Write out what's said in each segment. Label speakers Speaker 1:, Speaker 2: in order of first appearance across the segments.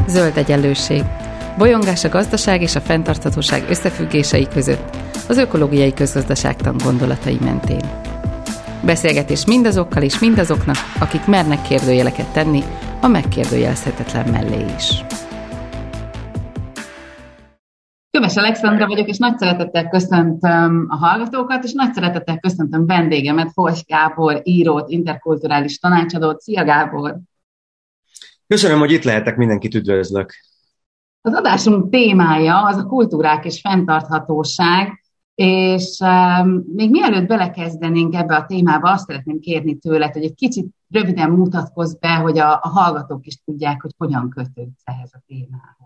Speaker 1: Zöld egyenlőség. Bolyongás a gazdaság és a fenntarthatóság összefüggései között, az ökológiai közgazdaságtan gondolatai mentén. Beszélgetés mindazokkal és mindazoknak, akik mernek kérdőjeleket tenni a megkérdőjelezhetetlen mellé is.
Speaker 2: Köves Alexandra vagyok, és nagy szeretettel köszöntöm a hallgatókat, és nagy szeretettel köszöntöm vendégemet, Holcs Gábor írót, interkulturális tanácsadót. Szia, Gábor!
Speaker 3: Köszönöm, hogy itt lehetek, mindenkit üdvözlök.
Speaker 2: Az adásunk témája az a kultúrák és fenntarthatóság, és még mielőtt belekezdenénk ebbe a témába, azt szeretném kérni tőled, hogy egy kicsit röviden mutatkozz be, hogy a hallgatók is tudják, hogy hogyan kötődsz ehhez a témához.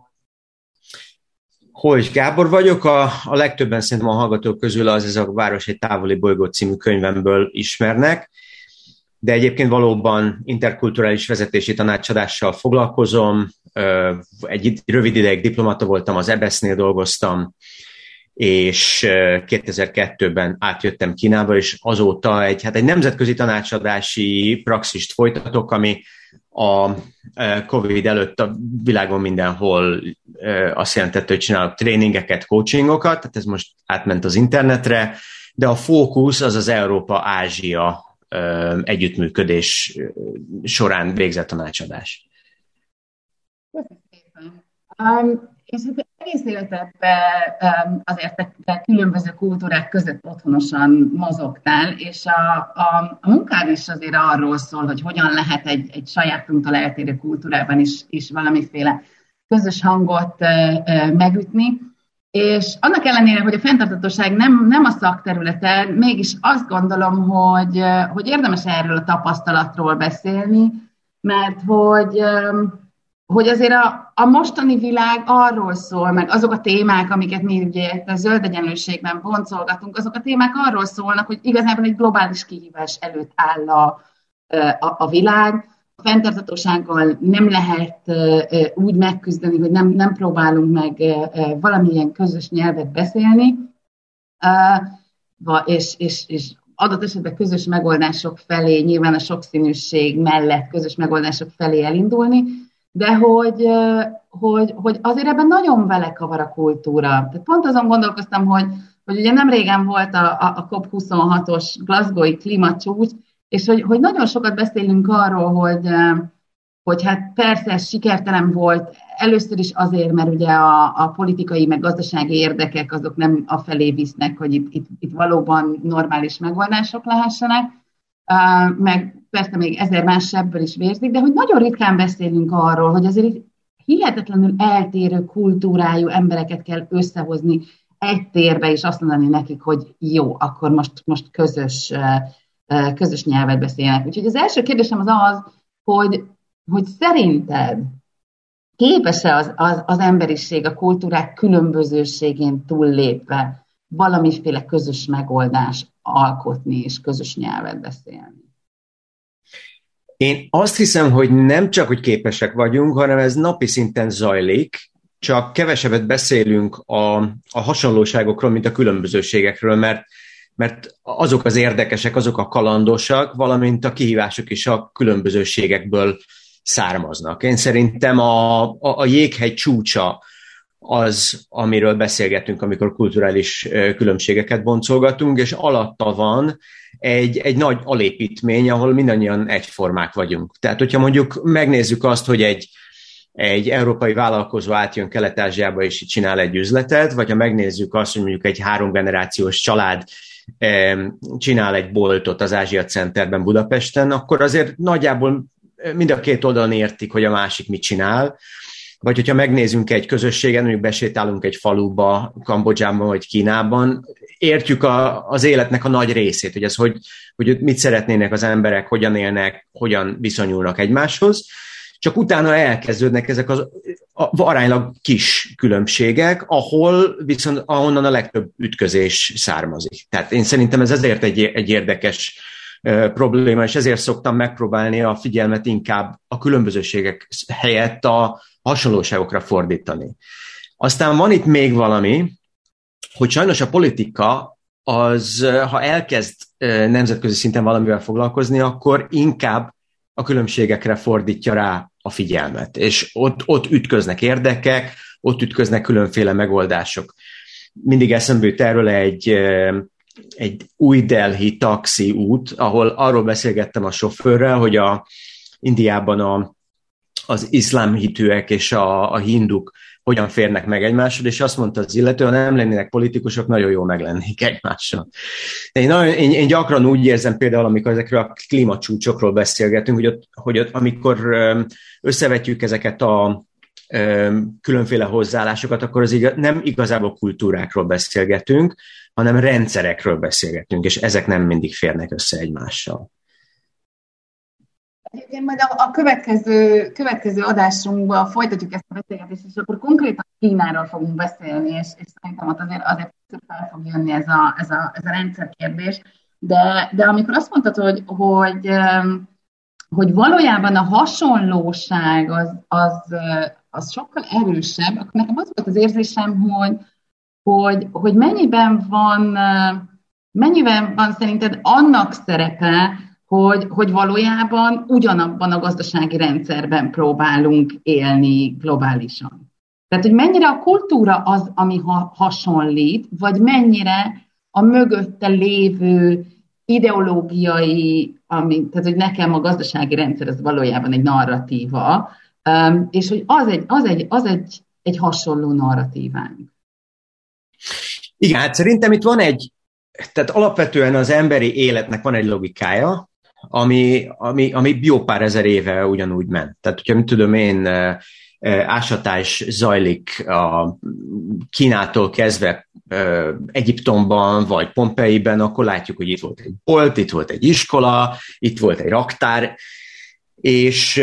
Speaker 3: Holcs Gábor vagyok, a legtöbben szerintem a hallgatók közül ez a Város egy távoli bolygó című könyvemből ismernek, de egyébként valóban interkulturális vezetési tanácsadással foglalkozom, egy rövid ideig diplomata voltam, az EBESZ-nél dolgoztam, és 2002-ben átjöttem Kínába, és azóta egy nemzetközi tanácsadási praxist folytatok, ami a Covid előtt a világon mindenhol azt jelentette, hogy csinálok tréningeket, coachingokat, tehát ez most átment az internetre, de a fókusz az az Európa-Ázsia együttműködés során végzett tanácsadás.
Speaker 2: Köszönöm szépen. És egész életedben azért te különböző kultúrák között otthonosan mozogtál, és a munkád is azért arról szól, hogy hogyan lehet egy sajátunktól eltérő kultúrában is valamiféle közös hangot megütni. És annak ellenére, hogy a fenntarthatóság nem a szakterülete, mégis azt gondolom, hogy érdemes erről a tapasztalatról beszélni, mert hogy azért a mostani világ arról szól, meg azok a témák, amiket mi ugye a zöld egyenlőségben boncolgatunk, azok a témák arról szólnak, hogy igazából egy globális kihívás előtt áll a világ. A fenntarthatósággal nem lehet úgy megküzdeni, hogy nem próbálunk meg valamilyen közös nyelvet beszélni, és adott esetben közös megoldások felé, nyilván a sokszínűség mellett közös megoldások felé elindulni, de hogy azért ebben nagyon belekavar a kultúra. Tehát pont azon gondolkoztam, hogy ugye nem régen volt a COP26-os Glasgow-i klímacsúcs, és hogy nagyon sokat beszélünk arról, hogy hát persze ez sikertelen volt, először is azért, mert ugye a politikai meg gazdasági érdekek azok nem afelé visznek, hogy itt valóban normális megoldások lehessenek, meg persze még ezer más sebből is vérzik, de hogy nagyon ritkán beszélünk arról, hogy azért hihetetlenül eltérő kultúrájú embereket kell összehozni egy térbe, és azt mondani nekik, hogy jó, akkor most közös nyelvet beszélnek. Úgyhogy az első kérdésem az, hogy szerinted képes-e az emberiség a kultúrák különbözőségén túllépve valamiféle közös megoldás alkotni és közös nyelvet beszélni?
Speaker 3: Én azt hiszem, hogy nem csak, hogy képesek vagyunk, hanem ez napi szinten zajlik, csak kevesebbet beszélünk a hasonlóságokról, mint a különbözőségekről, mert azok az érdekesek, azok a kalandosak, valamint a kihívások is a különbözőségekből származnak. Én szerintem a jéghegy csúcsa az, amiről beszélgetünk, amikor kulturális különbségeket boncolgatunk, és alatta van egy nagy alépítmény, ahol mindannyian egyformák vagyunk. Tehát, hogyha mondjuk megnézzük azt, hogy egy európai vállalkozó átjön Kelet-Ázsiába, és itt csinál egy üzletet, vagy ha megnézzük azt, hogy mondjuk egy 3 generációs család csinál egy boltot az Ázsia Centerben Budapesten, akkor azért nagyjából mind a két oldalon értik, hogy a másik mit csinál. Vagy hogyha megnézzünk egy közösségen, mondjuk besétálunk egy faluba, Kambodzsában vagy Kínában, értjük az életnek a nagy részét, hogy mit szeretnének az emberek, hogyan élnek, hogyan viszonyulnak egymáshoz. Csak utána elkezdődnek ezek az aránylag kis különbségek, ahonnan a legtöbb ütközés származik. Tehát én szerintem ez ezért egy érdekes probléma, és ezért szoktam megpróbálni a figyelmet inkább a különbözőségek helyett a hasonlóságokra fordítani. Aztán van itt még valami, hogy sajnos a politika az, ha elkezd nemzetközi szinten valamivel foglalkozni, akkor inkább a különbségekre fordítja rá a figyelmet, és ott ütköznek érdekek, ott ütköznek különféle megoldások. Mindig eszembe jut erről egy új Delhi taxi út, ahol arról beszélgettem a sofőrrel, hogy Indiában az iszlám hitűek és a hinduk hogyan férnek meg egymással, és azt mondta az illető, ha nem lennének politikusok, nagyon jól meglennék egymással. Én gyakran úgy érzem például, amikor ezekről a klímacsúcsokról beszélgetünk, hogy ott, amikor összevetjük ezeket a különféle hozzáállásokat, akkor nem igazából kultúrákról beszélgetünk, hanem rendszerekről beszélgetünk, és ezek nem mindig férnek össze egymással.
Speaker 2: Egyébként majd a következő adásunkban folytatjuk ezt a beszélgetést, és akkor konkrétan Kínáról fogunk beszélni, és szerintem ott azért fel fog jönni ez a rendszerkérdés. De amikor azt mondtad, hogy valójában a hasonlóság az sokkal erősebb, akkor nekem az volt az érzésem, hogy mennyiben van szerinted annak szerepe, hogy valójában ugyanabban a gazdasági rendszerben próbálunk élni globálisan. Tehát, hogy mennyire a kultúra az, ami hasonlít, vagy mennyire a mögötte lévő ideológiai, tehát, hogy nekem a gazdasági rendszer az valójában egy narratíva, és hogy az egy hasonló narratívánk.
Speaker 3: Igen, hát szerintem itt van tehát alapvetően az emberi életnek van egy logikája, ami jó pár ezer éve ugyanúgy ment. Tehát, hogyha mit tudom én, ásatás zajlik a Kínától kezdve Egyiptomban, vagy Pompeiben, akkor látjuk, hogy itt volt egy bolt, itt volt egy iskola, itt volt egy raktár, és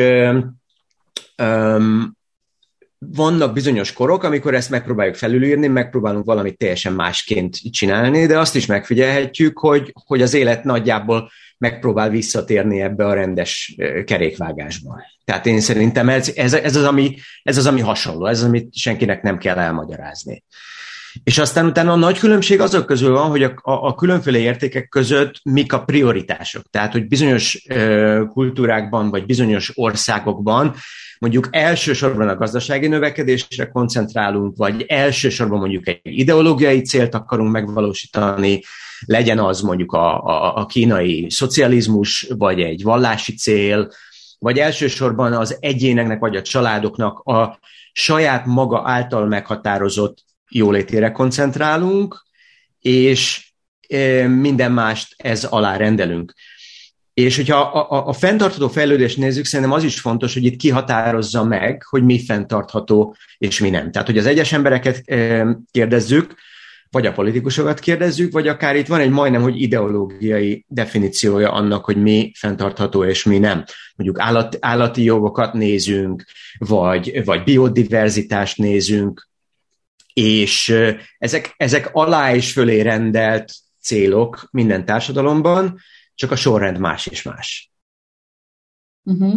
Speaker 3: vannak bizonyos korok, amikor ezt megpróbáljuk felülírni, megpróbálunk valamit teljesen másként csinálni, de azt is megfigyelhetjük, hogy az élet nagyjából megpróbál visszatérni ebbe a rendes kerékvágásba. Tehát én szerintem ez az, ami hasonló, ez az, amit senkinek nem kell elmagyarázni. És aztán utána a nagy különbség azok közül van, hogy a különféle értékek között mik a prioritások. Tehát, hogy bizonyos kultúrákban, vagy bizonyos országokban mondjuk elsősorban a gazdasági növekedésre koncentrálunk, vagy elsősorban mondjuk egy ideológiai célt akarunk megvalósítani, legyen az mondjuk a kínai szocializmus, vagy egy vallási cél, vagy elsősorban az egyéneknek, vagy a családoknak a saját maga által meghatározott jólétére koncentrálunk, és minden mást ez alá rendelünk. És hogyha a fenntartható fejlődést nézzük, szerintem az is fontos, hogy itt kihatározza meg, hogy mi fenntartható és mi nem. Tehát, hogy az egyes embereket kérdezzük, vagy a politikusokat kérdezzük, vagy akár itt van egy majdnem, hogy ideológiai definíciója annak, hogy mi fenntartható és mi nem. Mondjuk állati jogokat nézünk, vagy biodiverzitást nézünk, és ezek alá és fölé rendelt célok minden társadalomban, csak a sorrend más és más.
Speaker 2: Uh-huh.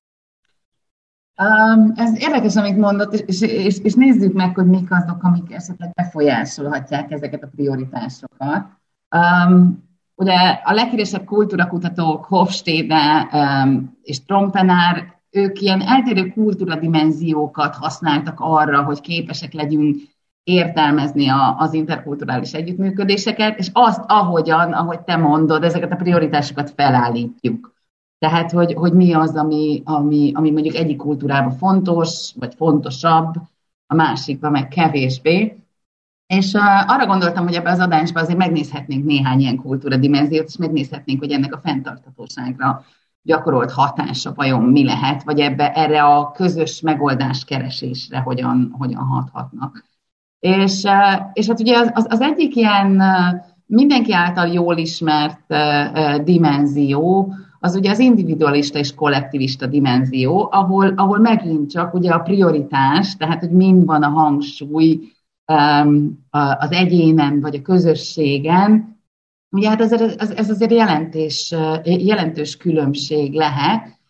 Speaker 2: Ez érdekes, amit mondott, és nézzük meg, hogy mik azok, amik esetleg befolyásolhatják ezeket a prioritásokat. Ugye a leghíresebb kultúrakutatók, Hofstede és Trompenaar, ők ilyen eltérő kultúradimenziókat használtak arra, hogy képesek legyünk értelmezni az interkulturális együttműködéseket, és azt, ahogy te mondod, ezeket a prioritásokat felállítjuk. Tehát, hogy mi az, ami mondjuk egyik kultúrában fontos, vagy fontosabb, a másikban meg kevésbé. És arra gondoltam, hogy ebben az adásban azért megnézhetnénk néhány ilyen kultúradimenziót, és megnézhetnénk, hogy ennek a fenntarthatóságra gyakorolt hatása vajon mi lehet, vagy erre a közös megoldás keresésre hogyan hathatnak. És hát ugye az egyik ilyen mindenki által jól ismert dimenzió, az ugye az individualista és kollektivista dimenzió, ahol megint csak ugye a prioritás, tehát hogy mind van a hangsúly az egyénen vagy a közösségen, ugye hát ez azért jelentős különbség lehet,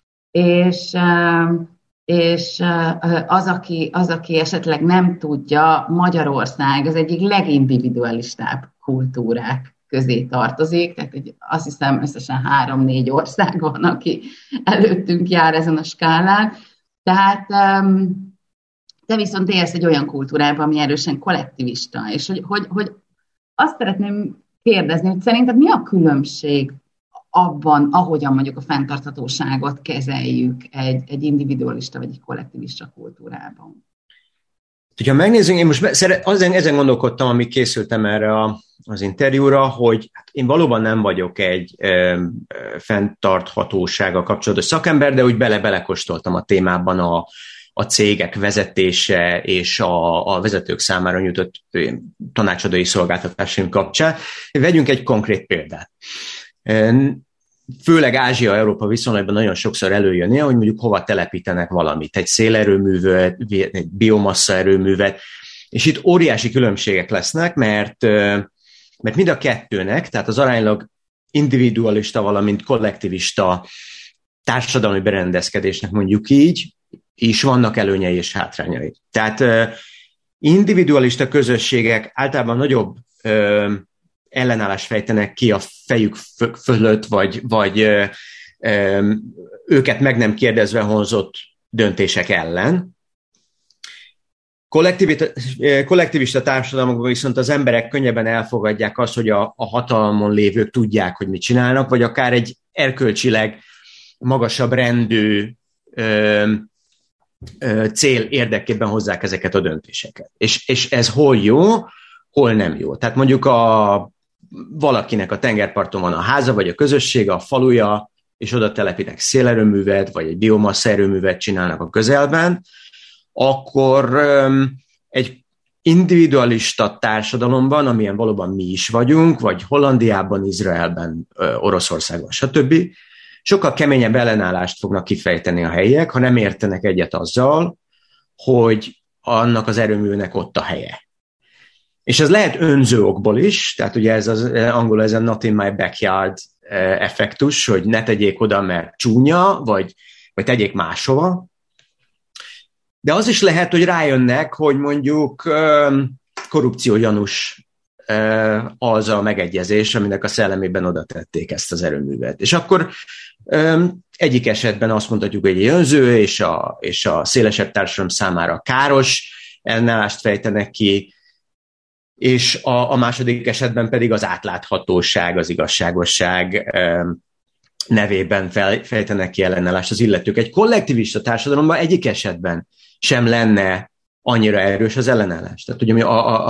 Speaker 2: és az, aki esetleg nem tudja, Magyarország az egyik legindividualistább kultúrák közé tartozik, tehát azt hiszem összesen 3-4 ország van, aki előttünk jár ezen a skálán. Tehát te viszont élsz egy olyan kultúrában, ami erősen kollektivista, és hogy azt szeretném kérdezni, hogy szerinted mi a különbség abban, ahogyan mondjuk a fenntarthatóságot kezeljük egy individualista vagy egy kollektivista kultúrában?
Speaker 3: Ha megnézzünk, én most ezen gondolkodtam, amíg készültem erre az interjúra, hogy én valóban nem vagyok egy fenntarthatósággal kapcsolatos szakember, de úgy belekóstoltam a témában a cégek vezetése és a vezetők számára nyújtott tanácsadói szolgáltatásaink kapcsán. Vegyünk egy konkrét példát. Főleg Ázsia-Európa viszonylatban nagyon sokszor előjön, hogy mondjuk hova telepítenek valamit, egy szélerőművet, egy biomassa erőművet, és itt óriási különbségek lesznek, mert mind a kettőnek, tehát az aránylag individualista, valamint kollektivista társadalmi berendezkedésnek mondjuk így, is vannak előnyei és hátrányai. Tehát individualista közösségek általában nagyobb ellenállást fejtenek ki a fejük fölött, vagy őket meg nem kérdezve hozott döntések ellen. Kollektivista társadalmakban viszont az emberek könnyebben elfogadják azt, hogy a hatalmon lévők tudják, hogy mit csinálnak, vagy akár egy erkölcsileg magasabb rendű cél érdekében hozzák ezeket a döntéseket. És ez hol jó, hol nem jó. Tehát mondjuk valakinek a tengerparton van a háza, vagy a közössége, a faluja, és oda telepítenek szélerőművet, vagy egy biomassa erőművet csinálnak a közelben, akkor egy individualista társadalomban, amilyen valóban mi is vagyunk, vagy Hollandiában, Izraelben, Oroszországban, stb., sokkal keményebb ellenállást fognak kifejteni a helyiek, ha nem értenek egyet azzal, hogy annak az erőműnek ott a helye. És ez lehet önző okból is, tehát ugye ez az angol, ez a not in my backyard effektus, hogy ne tegyék oda, mert csúnya, vagy tegyék máshova. De az is lehet, hogy rájönnek, hogy mondjuk korrupciógyanús az a megegyezés, aminek a szellemében oda tették ezt az erőművet. És akkor egyik esetben azt mondhatjuk, hogy egy önző és a szélesebb társadalom számára káros ellenállást fejtenek ki, és a második esetben pedig az átláthatóság, az igazságosság nevében fejtenek ki ellenállást az illetők. Egy kollektivista társadalomban egyik esetben sem lenne annyira erős az ellenállás. Tehát ugye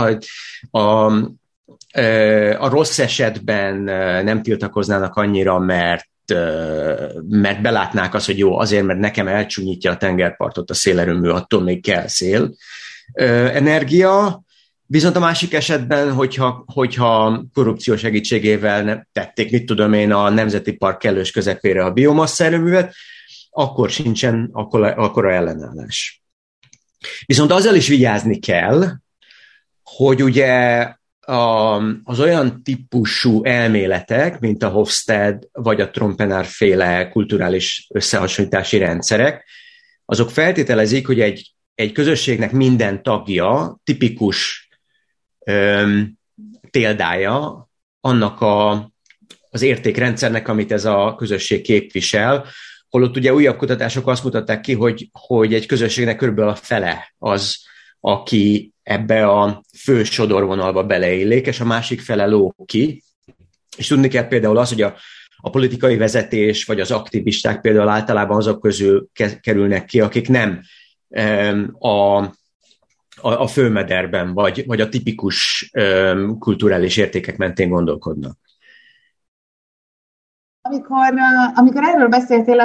Speaker 3: a rossz esetben nem tiltakoznának annyira, mert belátnák azt, hogy jó, azért, mert nekem elcsúnyítja a tengerpartot a szélerőmű, attól még kell szél energia. Viszont a másik esetben, hogyha korrupció segítségével nem tették, mit tudom én, a Nemzeti Park kellős közepére a biomassa erőművet, akkor sincsen akkora ellenállás. Viszont azzal is vigyázni kell, hogy ugye az olyan típusú elméletek, mint a Hofstede vagy a Trompenaar-féle kulturális összehasonlítási rendszerek, azok feltételezik, hogy egy közösségnek minden tagja tipikus példája annak az értékrendszernek, amit ez a közösség képvisel, holott ugye újabb kutatások azt mutatták ki, hogy egy közösségnek körülbelül a fele az, aki ebbe a fő sodorvonalba beleillik, és a másik fele lóg ki. És tudni kell például az, hogy a politikai vezetés, vagy az aktivisták például általában azok közül kerülnek ki, akik nem a főmederben, vagy a tipikus kulturális értékek mentén gondolkodnak.
Speaker 2: Amikor erről beszéltél,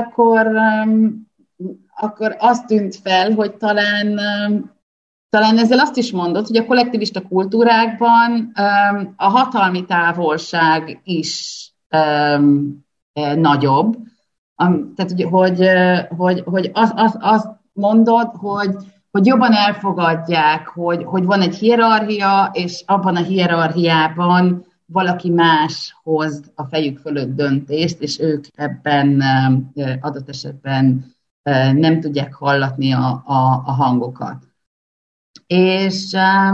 Speaker 2: akkor azt tűnt fel, hogy talán ezzel azt is mondod, hogy a kollektivista kultúrákban a hatalmi távolság is nagyobb. Tehát, hogy azt mondod, hogy jobban elfogadják, hogy van egy hierarchia, és abban a hierarchiában valaki más hoz a fejük fölött döntést, és ők ebben adott esetben nem tudják hallatni a hangokat. És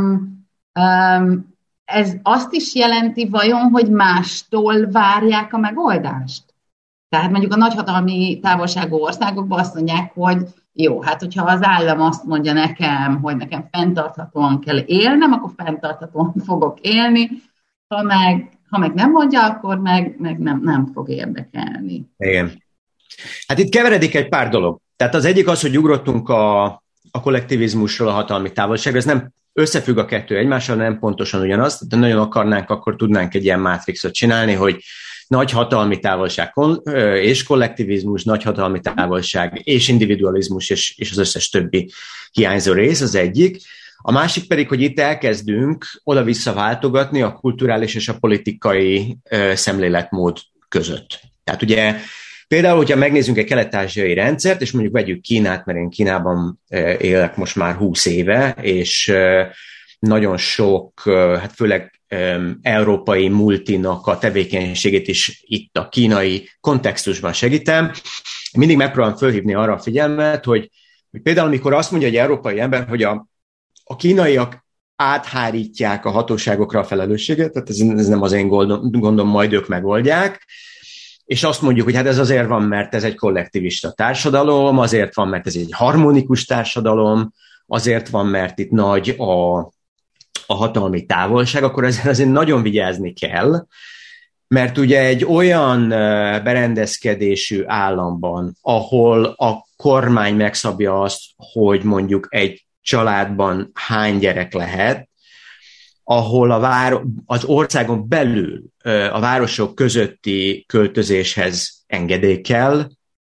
Speaker 2: ez azt is jelenti vajon, hogy mástól várják a megoldást? Tehát mondjuk a nagyhatalmi távolságú országokban azt mondják, hogy jó, hát hogyha az állam azt mondja nekem, hogy nekem fenntarthatóan kell élnem, akkor fenntarthatóan fogok élni, ha meg nem mondja, akkor meg nem fog érdekelni.
Speaker 3: Igen. Hát itt keveredik egy pár dolog. Tehát az egyik az, hogy ugrottunk a kollektivizmusról a hatalmi távolságra, ez nem összefügg a kettő egymással, nem pontosan ugyanaz, de nagyon akarnánk, akkor tudnánk egy ilyen mátrixot csinálni, hogy nagy hatalmi távolság és kollektivizmus, nagy hatalmi távolság és individualizmus és az összes többi hiányzó rész az egyik. A másik pedig, hogy itt elkezdünk oda-vissza váltogatni a kulturális és a politikai szemléletmód között. Tehát ugye például, hogyha megnézzünk egy kelet-ázsiai rendszert, és mondjuk vegyük Kínát, mert én Kínában élek most már 20 éve, és nagyon sok, hát főleg európai multinak a tevékenységét is itt a kínai kontextusban segítem. Mindig megpróbálom fölhívni arra a figyelmet, hogy például amikor azt mondja egy európai ember, hogy a kínaiak áthárítják a hatóságokra a felelősséget, tehát ez nem az én gondom, majd ők megoldják, és azt mondjuk, hogy hát ez azért van, mert ez egy kollektivista társadalom, azért van, mert ez egy harmonikus társadalom, azért van, mert itt nagy a hatalmi távolság, akkor ezzel azért nagyon vigyázni kell, mert ugye egy olyan berendezkedésű államban, ahol a kormány megszabja azt, hogy mondjuk egy családban hány gyerek lehet, ahol az országon belül a városok közötti költözéshez engedély kell,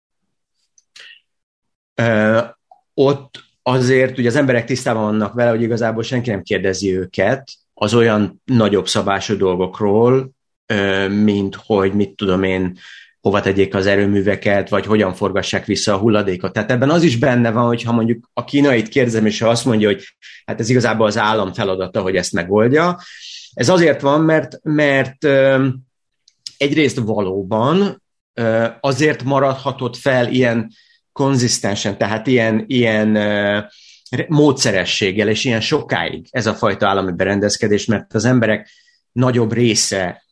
Speaker 3: ott azért ugye az emberek tisztában vannak vele, hogy igazából senki nem kérdezi őket az olyan nagyobb szabású dolgokról, mint hogy mit tudom én, hova tegyék az erőműveket, vagy hogyan forgassák vissza a hulladékot. Tehát ebben az is benne van, hogyha mondjuk a kínait kérdezem, és azt mondja, hogy hát ez igazából az állam feladata, hogy ezt megoldja. Ez azért van, mert egyrészt valóban azért maradhatott fel ilyen konzisztensen, tehát ilyen módszerességgel, és ilyen sokáig ez a fajta állami berendezkedés, mert az emberek nagyobb része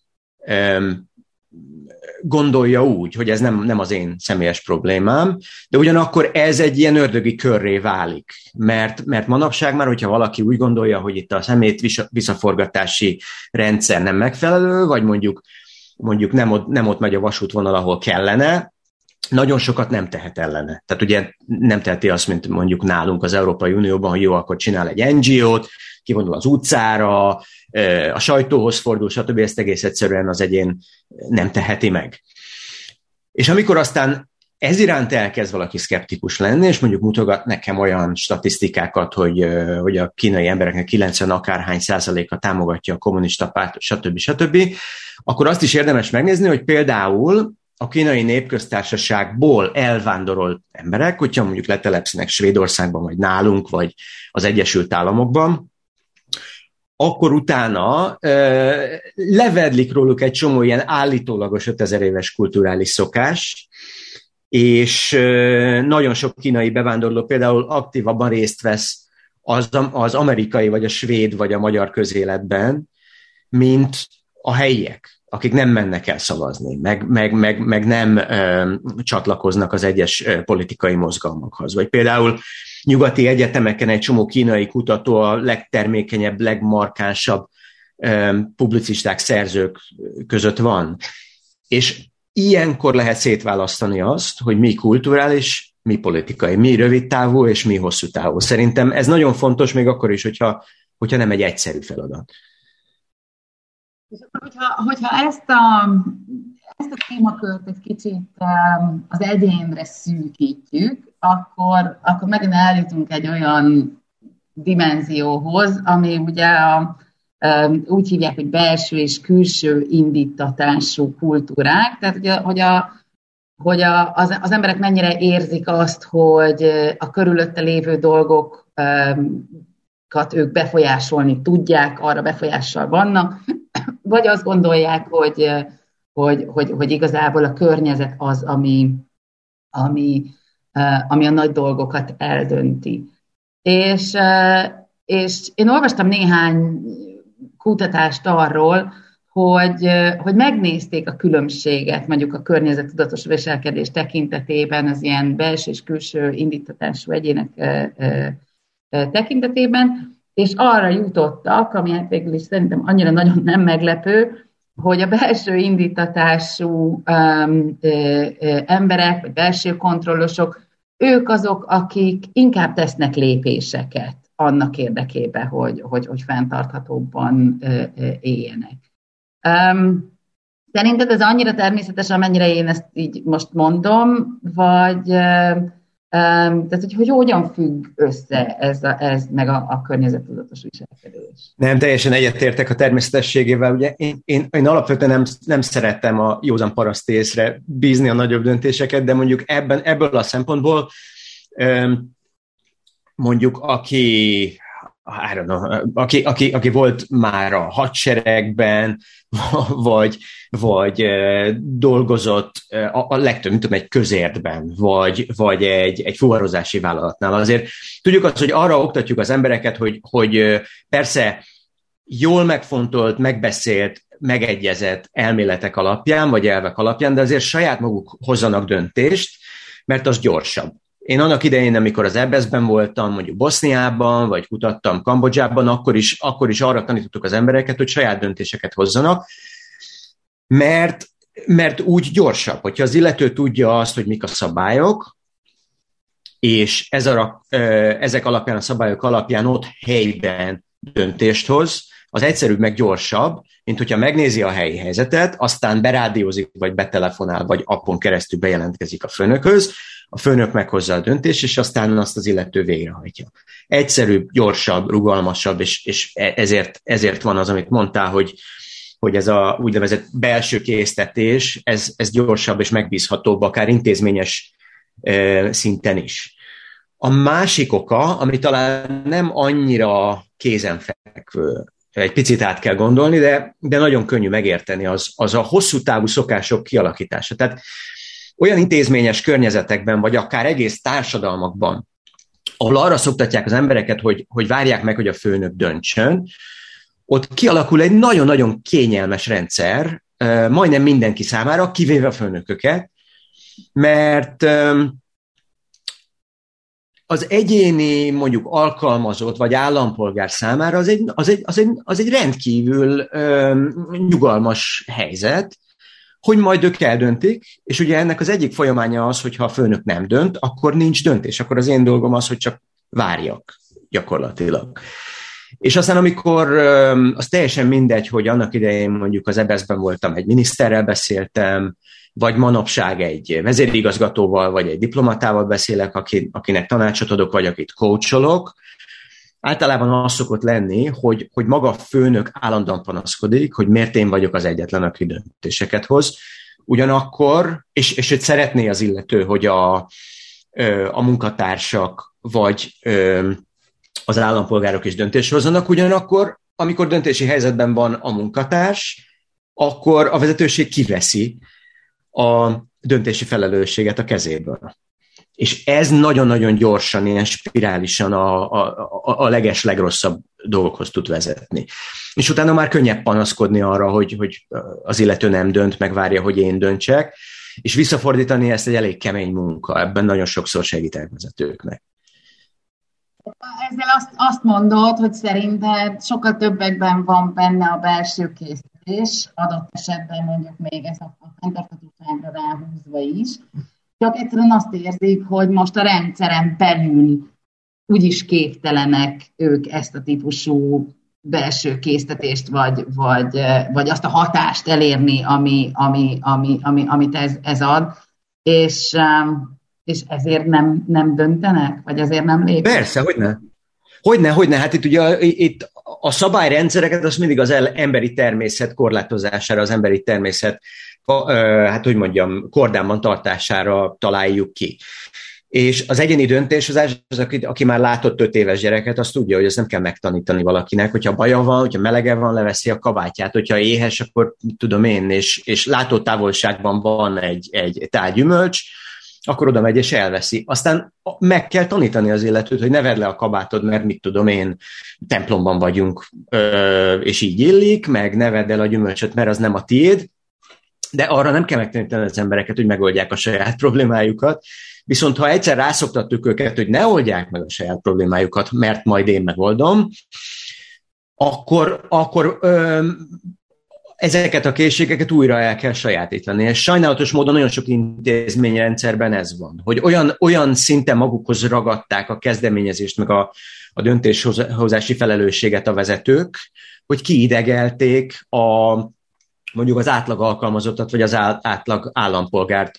Speaker 3: gondolja úgy, hogy ez nem az én személyes problémám, de ugyanakkor ez egy ilyen ördögi körré válik, mert manapság már, hogyha valaki úgy gondolja, hogy itt a szemét visszaforgatási rendszer nem megfelelő, vagy mondjuk nem ott megy a vasútvonal, ahol kellene, nagyon sokat nem tehet ellene. Tehát ugye nem teheti azt, mint mondjuk nálunk az Európai Unióban, hogy jó, akkor csinál egy NGO-t, kivonul az utcára, a sajtóhoz fordul, stb. Ezt egész egyszerűen az egyén nem teheti meg. És amikor aztán ez iránt elkezd valaki szkeptikus lenni, és mondjuk mutogat nekem olyan statisztikákat, hogy a kínai embereknek 90 akárhány százaléka támogatja a kommunista párt, stb., akkor azt is érdemes megnézni, hogy például a kínai népköztársaságból elvándorolt emberek, hogyha mondjuk letelepszenek Svédországban, vagy nálunk, vagy az Egyesült Államokban, akkor utána levedlik róluk egy csomó ilyen állítólagos 5000 éves kulturális szokás, és nagyon sok kínai bevándorló például aktívabban részt vesz az amerikai, vagy a svéd, vagy a magyar közéletben, mint a helyiek, akik nem mennek el szavazni, meg nem csatlakoznak az egyes politikai mozgalmakhoz. Vagy például nyugati egyetemeken egy csomó kínai kutató a legtermékenyebb, legmarkánsabb publicisták, szerzők között van. És ilyenkor lehet szétválasztani azt, hogy mi kulturális, mi politikai, mi rövidtávú és mi hosszú távú. Szerintem ez nagyon fontos, még akkor is, hogyha nem egy egyszerű feladat.
Speaker 2: Hogyha ezt a témakört egy kicsit az egyénre szűkítjük, akkor megint eljutunk egy olyan dimenzióhoz, ami ugye úgy hívják, hogy belső és külső indítatású kultúrák, tehát hogy az emberek mennyire érzik azt, hogy a körülötte lévő dolgokat ők befolyásolni tudják, arra befolyással vannak, vagy azt gondolják, hogy igazából a környezet az, ami a nagy dolgokat eldönti. És én olvastam néhány kutatást arról, hogy megnézték a különbséget mondjuk a környezettudatos viselkedés tekintetében, az ilyen belső és külső indítatású egyének tekintetében, és arra jutottak, ami hát végül is szerintem annyira nagyon nem meglepő, hogy a belső indítatású emberek, vagy belső kontrollosok, ők azok, akik inkább tesznek lépéseket annak érdekében, hogy fenntarthatóbban éljenek. Szerinted ez annyira természetes, amennyire én ezt így most mondom, vagy tehát, hogy hogyan függ össze ez meg a környezettudatos viselkedés?
Speaker 3: Nem, teljesen egyetértek a természetességével. Ugye én alapvetően nem szerettem a józan paraszti észre bízni a nagyobb döntéseket, de mondjuk ebből a szempontból mondjuk aki volt már a hadseregben, vagy dolgozott a legtöbb, mint tudom, egy közértben, vagy egy fuvarozási vállalatnál. Azért tudjuk azt, hogy arra oktatjuk az embereket, hogy persze jól megfontolt, megbeszélt, megegyezett elméletek alapján, vagy elvek alapján, de azért saját maguk hozzanak döntést, mert az gyorsabb. Én annak idején, amikor az EBS-ben voltam, mondjuk Boszniában, vagy kutattam Kambodzsában, akkor is arra tanítottuk az embereket, hogy saját döntéseket hozzanak, mert úgy gyorsabb, hogyha az illető tudja azt, hogy mik a szabályok, és ezek alapján, a szabályok alapján ott helyben döntést hoz, az egyszerűbb meg gyorsabb, mint hogyha megnézi a helyi helyzetet, aztán berádiózik, vagy betelefonál, vagy appon keresztül bejelentkezik a főnökhöz, a főnök meghozza a döntést, és aztán azt az illető végrehajtja. Egyszerűbb, gyorsabb, rugalmasabb, és ezért van az, amit mondtál, hogy ez a úgynevezett belső késztetés, ez gyorsabb és megbízhatóbb, akár intézményes szinten is. A másik oka, ami talán nem annyira kézenfekvő, egy picit át kell gondolni, de nagyon könnyű megérteni, az a hosszú távú szokások kialakítása. Tehát olyan intézményes környezetekben, vagy akár egész társadalmakban, ahol arra szoktatják az embereket, hogy várják meg, hogy a főnök döntsön, ott kialakul egy nagyon-nagyon kényelmes rendszer, majdnem mindenki számára, kivéve a főnököket, mert az egyéni, mondjuk alkalmazott vagy állampolgár számára az egy rendkívül nyugalmas helyzet, hogy majd ők eldöntik, és ugye ennek az egyik folyamánya az, hogy ha a főnök nem dönt, akkor nincs döntés, akkor az én dolgom az, hogy csak várjak gyakorlatilag. És aztán amikor az teljesen mindegy, hogy annak idején mondjuk az EBS-ben voltam, egy miniszterrel beszéltem, vagy manapság egy vezérigazgatóval, vagy egy diplomatával beszélek, akinek tanácsot adok, vagy akit coacholok, általában az szokott lenni, hogy maga a főnök állandóan panaszkodik, hogy miért én vagyok az egyetlen, aki döntéseket hoz. Ugyanakkor, és hogy szeretné az illető, hogy a munkatársak, vagy az állampolgárok is döntést hozzanak, ugyanakkor, amikor döntési helyzetben van a munkatárs, akkor a vezetőség kiveszi a döntési felelősséget a kezéből. És ez nagyon-nagyon gyorsan, ilyen spirálisan a legrosszabb dolgokhoz tud vezetni. És utána már könnyebb panaszkodni arra, hogy az illető nem dönt, megvárja, hogy én döntsek, és visszafordítani ezt egy elég kemény munka. Ebben nagyon sokszor segítek vezetőknek.
Speaker 2: Ezzel azt mondod, hogy szerinted sokkal többekben van benne a belső készítés, adott esetben mondjuk még ez a fenntarthatóságra ráhúzva is, csak egyszerűen azt érzik, hogy most a rendszeren belül úgyis képtelenek ők ezt a típusú belső késztetést, vagy azt a hatást elérni, amit ez ad, és ezért nem döntenek, vagy ezért nem lépnek?
Speaker 3: Persze, hogyne. Hát itt a szabályrendszereket az mindig az emberi természet korlátozására, az emberi természet kordában tartására találjuk ki. És az egyéni döntéshozás, aki már látott 5 éves gyereket, az tudja, hogy ezt nem kell megtanítani valakinek, hogyha baja van, hogyha melege van, leveszi a kabátját, hogyha éhes, akkor tudom én, és látótávolságban van egy tál gyümölcs, akkor oda megy és elveszi. Aztán meg kell tanítani az illetőt, hogy ne vedd le a kabátod, mert mit tudom én, templomban vagyunk, és így illik, meg ne vedd el a gyümölcsöt, mert az nem a tiéd, de arra nem kell megtanítani az embereket, hogy megoldják a saját problémájukat. Viszont ha egyszer rászoktattuk őket, hogy ne oldják meg a saját problémájukat, mert majd én megoldom, akkor ezeket a készségeket újra el kell sajátítani. És sajnálatos módon nagyon sok intézményrendszerben ez van, hogy olyan szinten magukhoz ragadták a kezdeményezést, meg a döntéshozási felelősséget a vezetők, hogy kiidegelték mondjuk az átlag alkalmazottat, vagy az átlag állampolgárt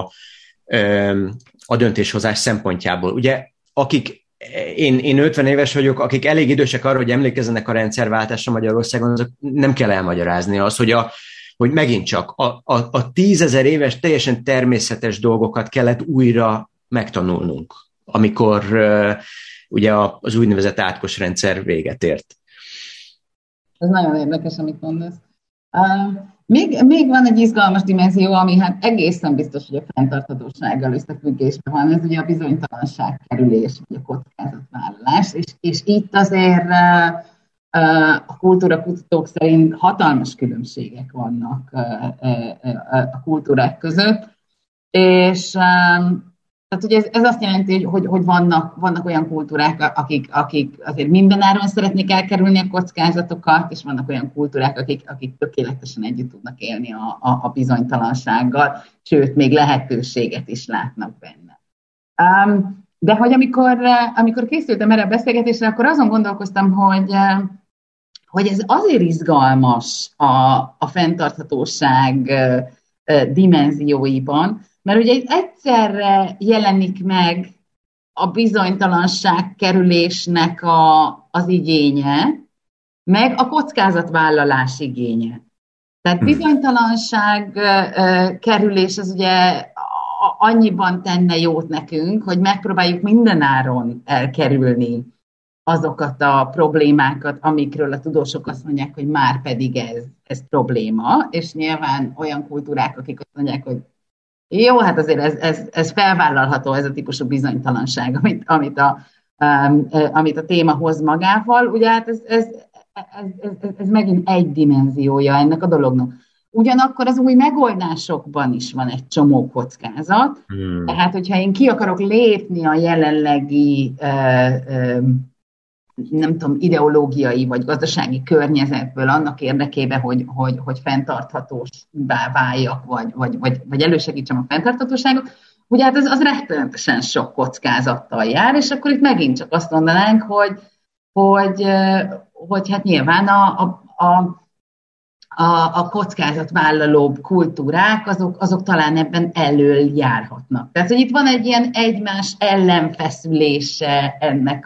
Speaker 3: a döntéshozás szempontjából. Ugye, én 50 éves vagyok, akik elég idősek arra, hogy emlékezzenek a rendszerváltásra Magyarországon, azok nem kell elmagyarázni azt, hogy megint csak a 10 000 éves teljesen természetes dolgokat kellett újra megtanulnunk, amikor ugye az úgynevezett átkos rendszer véget ért.
Speaker 2: Ez nagyon érdekes, amit mondasz. Még van egy izgalmas dimenzió, ami hát egészen biztos, hogy a fenntarthatósággal összefüggésben van, ez ugye a bizonytalanság kerülés, vagy a kockázatvállalás, és itt azért a kultúrakutatók szerint hatalmas különbségek vannak a kultúrák között, és tehát ugye ez azt jelenti, hogy vannak olyan kultúrák, akik azért mindenáron szeretnék elkerülni a kockázatokat, és vannak olyan kultúrák, akik tökéletesen együtt tudnak élni a bizonytalansággal, sőt, még lehetőséget is látnak benne. De hogy amikor készültem erre a beszélgetésre, akkor azon gondolkoztam, hogy ez azért izgalmas a fenntarthatóság dimenzióiban, mert ugye egyszerre jelenik meg a bizonytalanság kerülésnek az igénye, meg a kockázatvállalás igénye. Tehát bizonytalanság kerülés az ugye annyiban tenne jót nekünk, hogy megpróbáljuk mindenáron elkerülni azokat a problémákat, amikről a tudósok azt mondják, hogy már pedig ez probléma, és nyilván olyan kultúrák, akik azt mondják, hogy jó, hát azért ez felvállalható, ez a típusú bizonytalanság, amit a téma hoz magával. Ugye hát ez megint egy dimenziója ennek a dolognak. Ugyanakkor az új megoldásokban is van egy csomó kockázat. Tehát, hogyha én ki akarok lépni a jelenlegi nem tudom, ideológiai vagy gazdasági környezetből annak érdekében, hogy fenntarthatóvá váljak, vagy elősegítsem a fenntarthatóságot, ugye hát az rettenetesen sok kockázattal jár, és akkor itt megint csak azt mondanánk, hogy hát nyilván a kockázatvállalóbb kultúrák, azok talán ebben elől járhatnak. Tehát, hogy itt van egy ilyen egymás ellenfeszülése ennek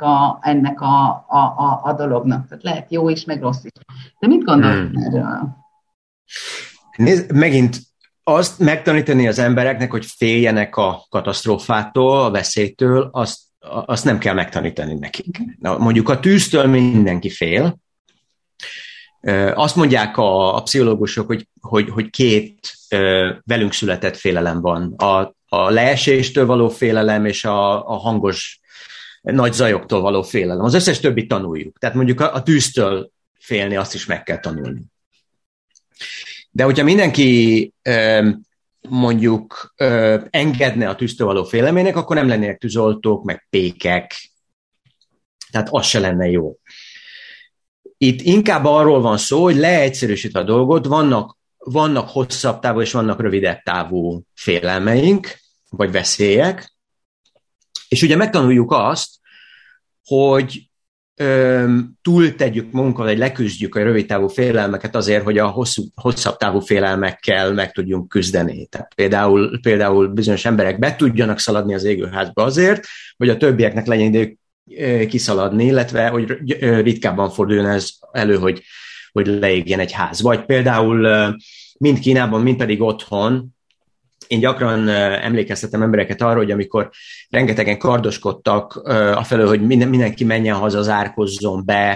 Speaker 2: a dolognak. Tehát lehet jó is, meg rossz is. De mit gondolsz erről?
Speaker 3: Nézd, megint azt megtanítani az embereknek, hogy féljenek a katasztrófától, a veszélytől, azt nem kell megtanítani nekik. Mondjuk a tűztől mindenki fél. Azt mondják a pszichológusok, hogy két velünk született félelem van. A leeséstől való félelem és a hangos nagy zajoktól való félelem. Az összes többit tanuljuk. Tehát mondjuk a tűztől félni, azt is meg kell tanulni. De hogyha mindenki mondjuk engedne a tűztől való félemének, akkor nem lennének tűzoltók, meg pékek. Tehát az se lenne jó. Itt inkább arról van szó, hogy leegyszerűsít a dolgot, vannak hosszabb távú és vannak rövidebb távú félelmeink, vagy veszélyek, és ugye megtanuljuk azt, hogy túltegyük magunkat, vagy leküzdjük a rövid távú félelmeket azért, hogy a hosszabb távú félelmekkel meg tudjunk küzdeni. Tehát például bizonyos emberek be tudjanak szaladni az égőházba azért, hogy a többieknek legyen idejük kiszaladni, illetve hogy ritkábban forduljon ez elő, hogy leégjen egy ház. Vagy például mind Kínában, mind pedig otthon, én gyakran emlékeztetem embereket arra, hogy amikor rengetegen kardoskodtak afelől, hogy mindenki menjen haza, zárkozzon be,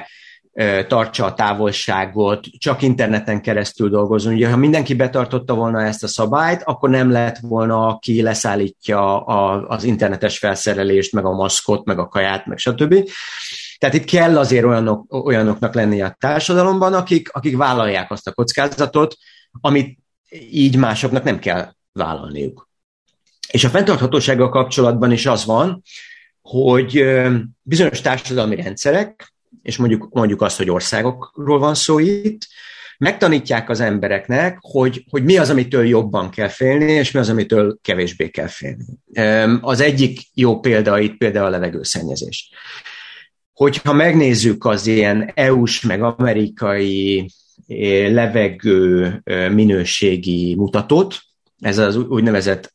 Speaker 3: tartsa a távolságot, csak interneten keresztül dolgozzon. Ugye, ha mindenki betartotta volna ezt a szabályt, akkor nem lett volna, aki leszállítja az internetes felszerelést, meg a maszkot, meg a kaját, meg stb. Tehát itt kell azért olyanoknak lennie a társadalomban, akik vállalják azt a kockázatot, amit így másoknak nem kell vállalniuk. És a fenntarthatósággal kapcsolatban is az van, hogy bizonyos társadalmi rendszerek, és mondjuk azt, hogy országokról van szó itt, megtanítják az embereknek, hogy mi az, amitől jobban kell félni, és mi az, amitől kevésbé kell félni. Az egyik jó példa itt például a levegőszennyezés. Hogyha megnézzük az ilyen EU-s meg amerikai levegő minőségi mutatót, ez az úgynevezett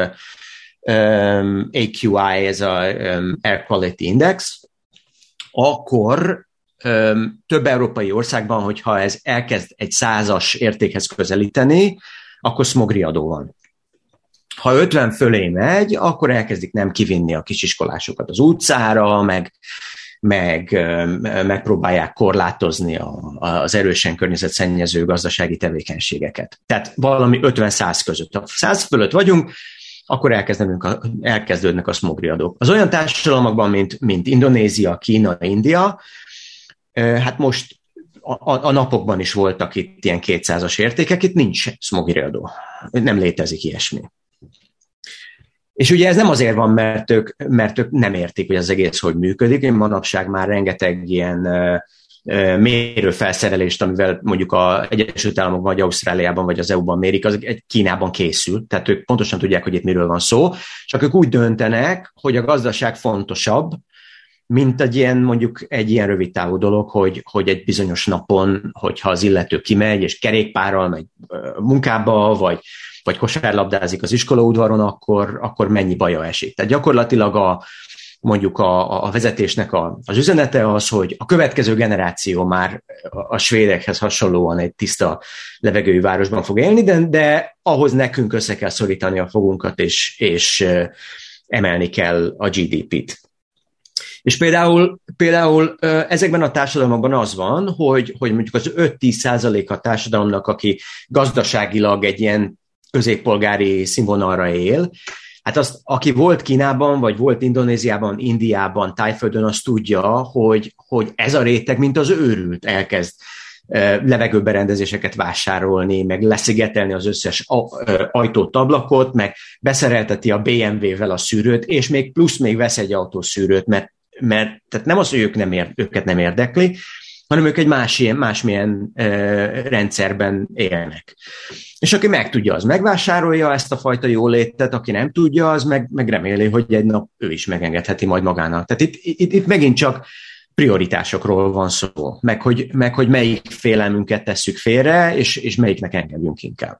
Speaker 3: AQI, ez a Air Quality Index, akkor több európai országban, hogyha ez elkezd egy 100-as értékhez közelíteni, akkor smogriadó van. Ha 50 fölé megy, akkor elkezdik nem kivinni a kisiskolásokat az utcára, megpróbálják korlátozni az erősen környezetszennyező gazdasági tevékenységeket. Tehát valami 50-100 között. Ha 100 fölött vagyunk, akkor elkezdődnek a smogriadók. Az olyan társadalmakban, mint Indonézia, Kína, India, hát most a napokban is voltak itt ilyen 200-as értékek, itt nincs smogriadó. Nem létezik ilyesmi. És ugye ez nem azért van, mert ők nem értik, hogy az egész hogy működik. Manapság már rengeteg ilyen mérőfelszerelést, amivel mondjuk az Egyesült Államokban, vagy Ausztráliában, vagy az EU-ban mérik, az Kínában készül. Tehát ők pontosan tudják, hogy itt miről van szó, csak ők úgy döntenek, hogy a gazdaság fontosabb, mint mondjuk egy ilyen rövidtávú dolog, hogy egy bizonyos napon, hogyha az illető kimegy, és kerékpárral megy munkába, vagy kosárlabdázik az iskolaudvaron, akkor mennyi baja esik. Tehát gyakorlatilag mondjuk a vezetésnek az üzenete az, hogy a következő generáció már a svédekhez hasonlóan egy tiszta levegőjű városban fog élni, de ahhoz nekünk össze kell szorítani a fogunkat, és emelni kell a GDP-t. És például ezekben a társadalmakban az van, hogy mondjuk az 5-10% a társadalomnak, aki gazdaságilag egy ilyen középpolgári színvonalra él, hát azt, aki volt Kínában, vagy volt Indonéziában, Indiában, Tájföldön, azt tudja, hogy ez a réteg, mint az őrült, elkezd levegőberendezéseket vásárolni, meg leszigetelni az összes ajtót, ablakot, meg beszerelteti a BMW-vel a szűrőt, és még vesz egy autószűrőt, mert tehát nem az, hogy őket nem érdekli, hanem ők egy másmilyen rendszerben élnek. És aki meg tudja, az megvásárolja ezt a fajta jólétet, aki nem tudja, az meg reméli, hogy egy nap ő is megengedheti majd magának. Tehát itt megint csak prioritásokról van szó, meg hogy melyik félelmünket tesszük félre, és melyiknek engedjünk inkább.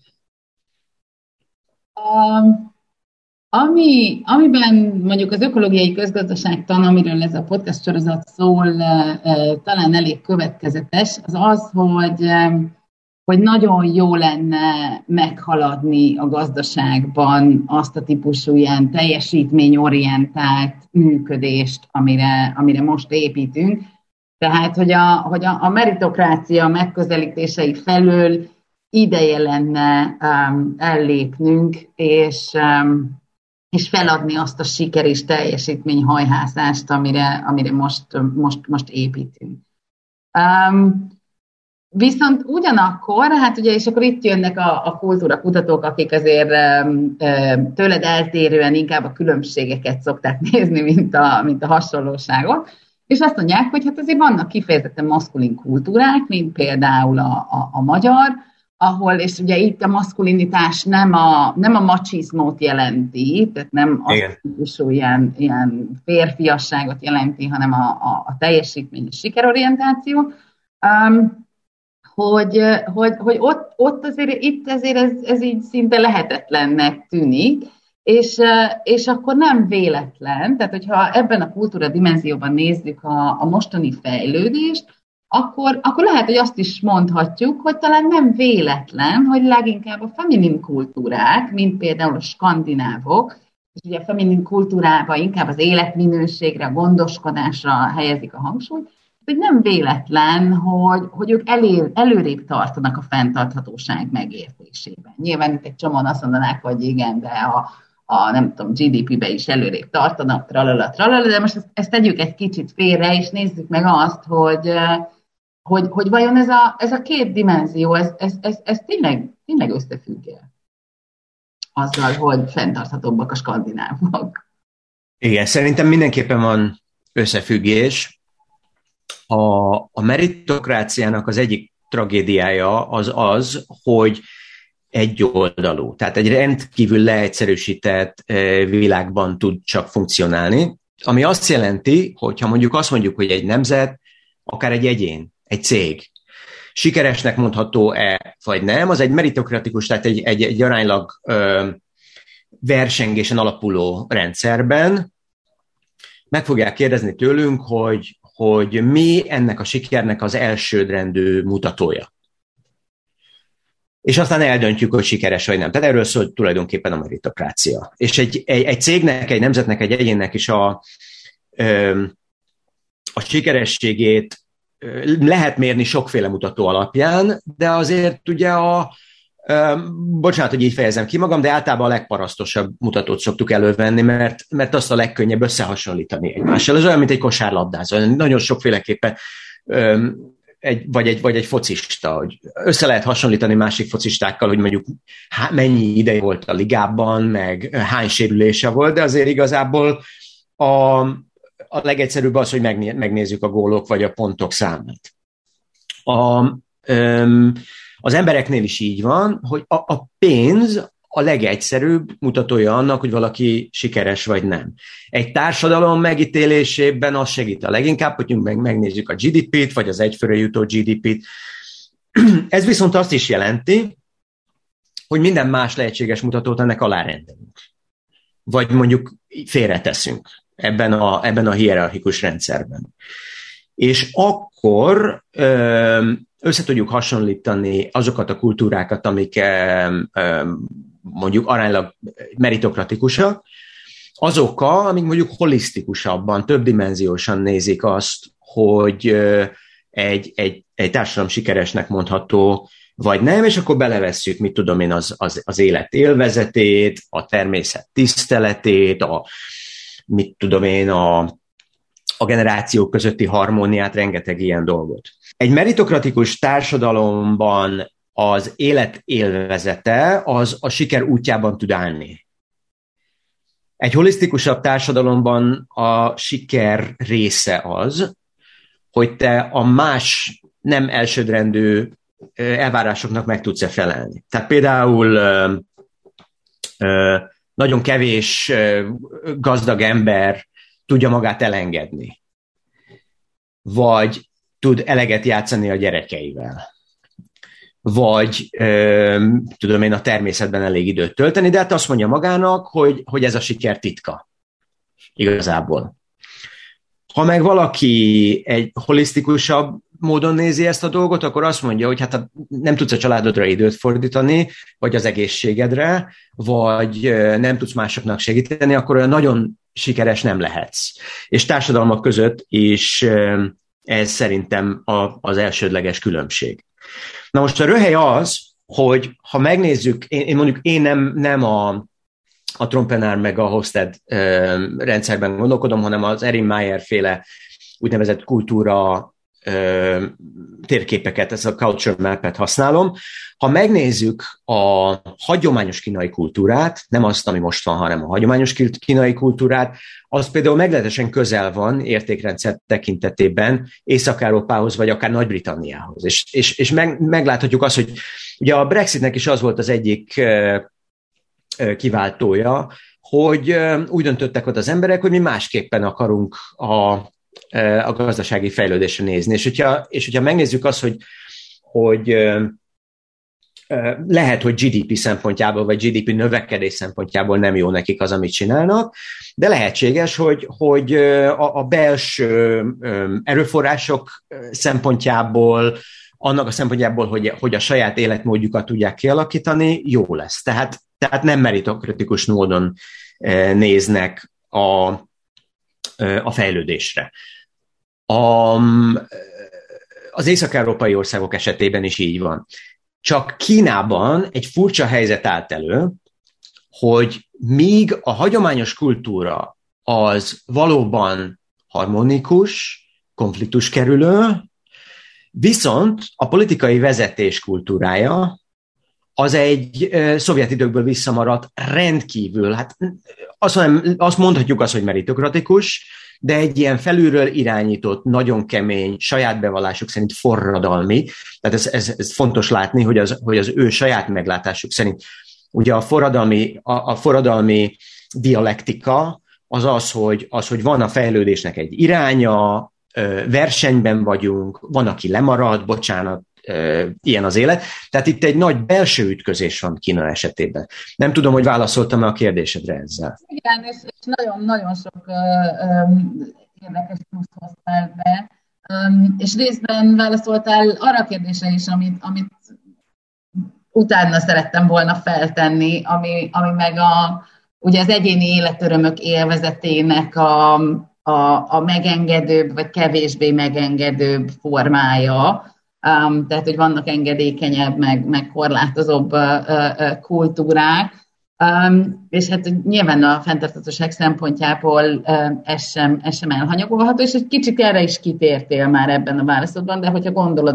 Speaker 2: Amiben mondjuk az ökológiai közgazdaságtan, amiről ez a podcast sorozat szól, talán elég következetes, az, hogy nagyon jó lenne meghaladni a gazdaságban azt a típusú ilyen teljesítményorientált működést, amire most építünk. Tehát, hogy a meritokrácia megközelítései felől ideje lenne ellépnünk, és feladni azt a siker és teljesítményhajhászást, amire most építünk. Viszont ugyanakkor, hát ugye, és akkor itt jönnek a kultúrakutatók, akik azért tőled eltérően inkább a különbségeket szokták nézni, mint a hasonlóságok, és azt mondják, hogy hát azért vannak kifejezetten maszkulin kultúrák, mint például a magyar, ahol, és ugye itt a maszkulinitás nem a macsizmót jelenti, tehát nem a típusú ilyen férfiasságot jelenti, hanem a teljesítmény és sikerorientáció, hogy ott azért, itt azért ez így szinte lehetetlennek tűnik, és akkor nem véletlen, tehát hogyha ebben a kultúra dimenzióban nézzük a mostani fejlődést, akkor lehet, hogy azt is mondhatjuk, hogy talán nem véletlen, hogy leginkább a feminin kultúrák, mint például a skandinávok, és ugye a feminin kultúrában inkább az életminőségre, a gondoskodásra helyezik a hangsúlyt, hogy nem véletlen, hogy ők előrébb tartanak a fenntarthatóság megértésében. Nyilván itt egy csomóan azt mondanák, hogy igen, de nem tudom, GDP-be is előrébb tartanak, tralala, de most ezt tegyük egy kicsit félre, és nézzük meg azt, hogy vajon ez a két dimenzió, ez tényleg összefügg-e azzal, hogy fenntarthatóbbak a skandinávok.
Speaker 3: Igen, szerintem mindenképpen van összefüggés. A meritokráciának az egyik tragédiája az, hogy egyoldalú. Tehát egy rendkívül leegyszerűsített világban tud csak funkcionálni, ami azt jelenti, hogyha mondjuk azt mondjuk, hogy egy nemzet, akár egy egyén, egy cég, sikeresnek mondható-e, vagy nem, az egy meritokratikus, tehát egy aránylag versengésen alapuló rendszerben meg fogják kérdezni tőlünk, hogy mi ennek a sikernek az elsődrendű mutatója. És aztán eldöntjük, hogy sikeres vagy nem. Tehát erről szól tulajdonképpen a meritokrácia. És egy cégnek, egy nemzetnek, egy egyénnek is a sikerességét lehet mérni sokféle mutató alapján, de azért ugye bocsánat, hogy így fejezem ki magam, de általában a legparasztosabb mutatót szoktuk elővenni, mert azt a legkönnyebb összehasonlítani egymással. Ez olyan, mint egy kosárlabdázó. Nagyon sokféleképpen vagy egy focista, hogy össze lehet hasonlítani másik focistákkal, hogy mondjuk mennyi ideje volt a ligában, meg hány sérülése volt, de azért igazából a legegyszerűbb az, hogy megnézzük a gólok vagy a pontok számát. Az embereknél is így van, hogy a pénz a legegyszerűbb mutatója annak, hogy valaki sikeres vagy nem. Egy társadalom megítélésében az segít a leginkább, hogy megnézzük a GDP-t, vagy az egyfőre jutó GDP-t. Ez viszont azt is jelenti, hogy minden más lehetséges mutatót ennek alárendelünk. Vagy mondjuk félreteszünk ebben a hierarchikus rendszerben. És akkor össze tudjuk hasonlítani azokat a kultúrákat, amik mondjuk aránylag meritokratikusak, azokkal, amik mondjuk holisztikusabban, többdimenziósan nézik azt, hogy egy társadalom sikeresnek mondható, vagy nem, és akkor belevesszük, mit tudom én, az élet élvezetét, a természet tiszteletét, mit tudom én, a generációk közötti harmóniát, rengeteg ilyen dolgot. Egy meritokratikus társadalomban az élet élvezete az a siker útjában tud állni. Egy holisztikusabb társadalomban a siker része az, hogy te a más nem elsődrendű elvárásoknak meg tudsz-e felelni. Tehát például nagyon kevés gazdag ember tudja magát elengedni, vagy tud eleget játszani a gyerekeivel, vagy tudom én a természetben elég időt tölteni, de hát azt mondja magának, hogy ez a siker titka igazából. Ha meg valaki egy holisztikusabb módon nézi ezt a dolgot, akkor azt mondja, hogy hát nem tudsz a családodra időt fordítani, vagy az egészségedre, vagy nem tudsz másoknak segíteni, akkor olyan nagyon sikeres nem lehetsz. És társadalmak között is ez szerintem az elsődleges különbség. Na most a röhely az, hogy ha megnézzük, én nem a Trompenaar meg a Hofstede rendszerben gondolkodom, hanem az Erin Meyer féle úgynevezett kultúra térképeket, ezt a culture map-et használom. Ha megnézzük a hagyományos kínai kultúrát, nem azt, ami most van, hanem a hagyományos kínai kultúrát, az például meglehetősen közel van értékrendszer tekintetében Észak-Európához, vagy akár Nagy-Britanniához. És megláthatjuk azt, hogy ugye a Brexitnek is az volt az egyik kiváltója, hogy úgy döntöttek ott az emberek, hogy mi másképpen akarunk a gazdasági fejlődésre nézni. És hogyha megnézzük azt, hogy lehet, hogy GDP szempontjából, vagy GDP növekedés szempontjából nem jó nekik az, amit csinálnak, de lehetséges, hogy a belső erőforrások szempontjából, annak a szempontjából, hogy a saját életmódjukat tudják kialakítani, jó lesz. Tehát nem meritokratikus módon néznek a fejlődésre. Az észak-európai országok esetében is így van. Csak Kínában egy furcsa helyzet állt elő, hogy míg a hagyományos kultúra az valóban harmonikus, konfliktuskerülő, viszont a politikai vezetés kultúrája az egy szovjet időkből visszamaradt rendkívül, hát azt mondhatjuk hogy meritokratikus, de egy ilyen felülről irányított, nagyon kemény, saját bevallásuk szerint forradalmi, tehát ez fontos látni, hogy az ő saját meglátásuk szerint ugye a forradalmi dialektika az, hogy van a fejlődésnek egy iránya, versenyben vagyunk, van, aki lemarad, bocsánat, ilyen az élet. Tehát itt egy nagy belső ütközés van Kína esetében. Nem tudom, hogy válaszoltam-e a kérdésedre ezzel.
Speaker 2: Igen, és nagyon-nagyon sok érdekes plusz hoztál be, és részben válaszoltál arra a kérdésre is, amit utána szerettem volna feltenni, ami meg ugye az egyéni életörömök élvezetének a megengedőbb, vagy kevésbé megengedőbb formája. Tehát, hogy vannak engedékenyebb, meg korlátozóbb kultúrák. És hát nyilván a fenntarthatóság szempontjából ez sem elhanyagolható, és egy kicsit erre is kitértél már ebben a válaszodban, de hogyha gondolod,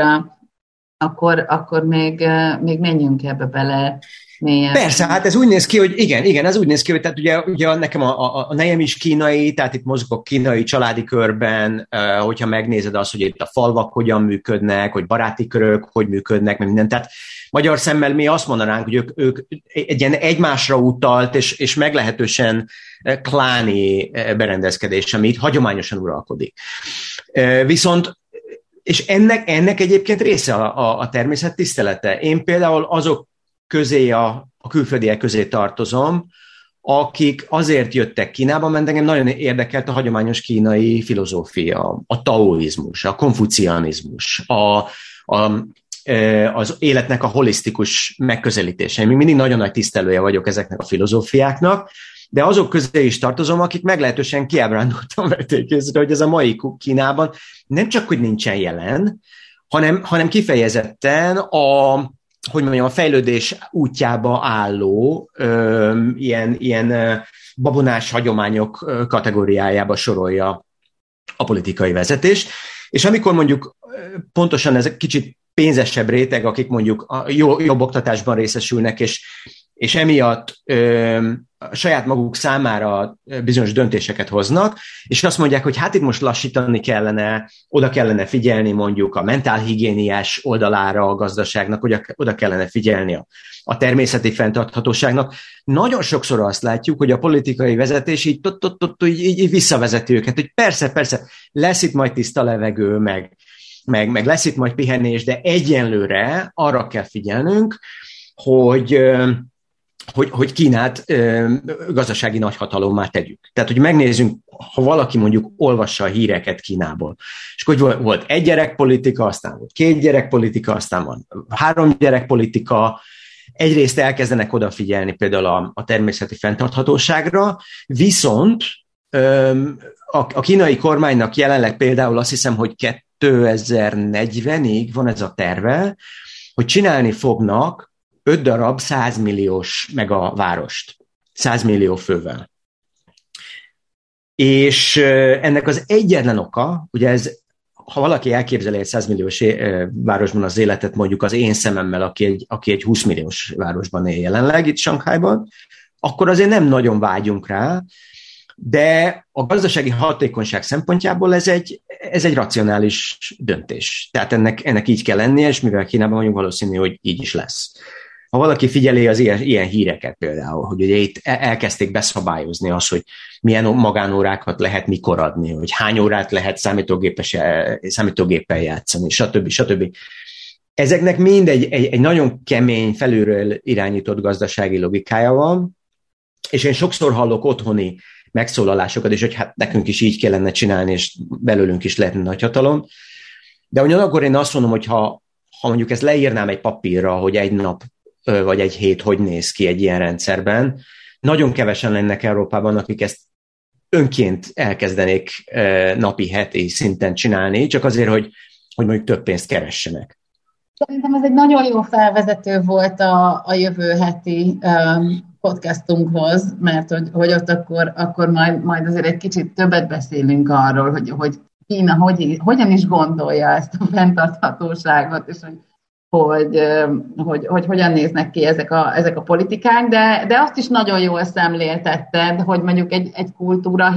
Speaker 2: akkor még menjünk ebbe bele mélyen.
Speaker 3: Persze, hát ez úgy néz ki, hogy igen, ez úgy néz ki, hogy tehát ugye nekem a nejem is kínai, tehát itt mozgok kínai családi körben, hogyha megnézed azt, hogy itt a falvak hogyan működnek, hogy baráti körök hogy működnek, meg minden. Tehát magyar szemmel mi azt mondanánk, hogy ők egy ilyen egymásra utalt, és meglehetősen kláni berendezkedés, ami itt hagyományosan uralkodik. Viszont és ennek egyébként része a természet tisztelete. Én például azok közé, a külföldiek közé tartozom, akik azért jöttek Kínába, mert engem nagyon érdekelt a hagyományos kínai filozófia, a taoizmus, a konfucianizmus, az életnek a holisztikus megközelítése. Én még mindig nagyon nagy tisztelője vagyok ezeknek a filozófiáknak, de azok közé is tartozom, akik meglehetősen kiábrándultan vették észre, hogy ez a mai Kínában nem csak, hogy nincsen jelen, hanem kifejezetten a fejlődés útjába álló ilyen babonás hagyományok kategóriájába sorolja a politikai vezetés. És amikor mondjuk pontosan ez kicsit pénzesebb réteg, akik mondjuk jobb oktatásban részesülnek, és emiatt a saját maguk számára bizonyos döntéseket hoznak, és azt mondják, hogy hát itt most lassítani kellene, oda kellene figyelni mondjuk a mentálhigiéniás oldalára a gazdaságnak, oda kellene figyelni a természeti fenntarthatóságnak. Nagyon sokszor azt látjuk, hogy a politikai vezetés így visszavezeti őket, hogy persze, lesz itt majd tiszta levegő, meg lesz itt majd pihenés, de egyenlőre arra kell figyelnünk, hogy Kínát gazdasági nagyhatalommá tegyük. Tehát, hogy megnézzünk, ha valaki mondjuk olvassa a híreket Kínából, és hogy volt egy gyerekpolitika, aztán volt 2 gyerekpolitika, aztán van 3 gyerekpolitika, egyrészt elkezdenek odafigyelni például a természeti fenntarthatóságra, viszont a kínai kormánynak jelenleg például azt hiszem, hogy 2040-ig van ez a terve, hogy csinálni fognak 5 darab 100 milliós megavárost, 100 millió fővel. És ennek az egyetlen oka, ugye ez, ha valaki elképzeli egy 100 milliós városban az életet, mondjuk az én szememmel, aki egy 20 milliós városban él jelenleg itt Sanghajban, akkor azért nem nagyon vágyunk rá, de a gazdasági hatékonyság szempontjából ez egy racionális döntés. Tehát ennek így kell lennie, és mivel Kínában vagyunk, valószínű, hogy így is lesz. Ha valaki figyeli az ilyen híreket például, hogy ugye itt elkezdték beszabályozni azt, hogy milyen magánórákat lehet mikor adni, hogy hány órát lehet számítógéppel játszani, stb. Ezeknek mind egy nagyon kemény, felülről irányított gazdasági logikája van, és én sokszor hallok otthoni megszólalásokat, és hogy hát nekünk is így kellene csinálni, és belőlünk is lehetne nagyhatalom. De ugyanakkor én azt mondom, hogy ha mondjuk ezt leírnám egy papírra, hogy egy nap vagy egy hét hogy néz ki egy ilyen rendszerben, nagyon kevesen lennek Európában, akik ezt önként elkezdenék napi, heti szinten csinálni, csak azért, hogy mondjuk több pénzt keressenek.
Speaker 2: Szerintem ez egy nagyon jó felvezető volt a jövő heti podcastunkhoz, mert hogy ott akkor majd azért egy kicsit többet beszélünk arról, hogy Kína hogyan is gondolja ezt a fenntarthatóságot, és hogy hogyan néznek ki ezek a politikák, de azt is nagyon jól szemléltetted, hogy mondjuk egy kultúra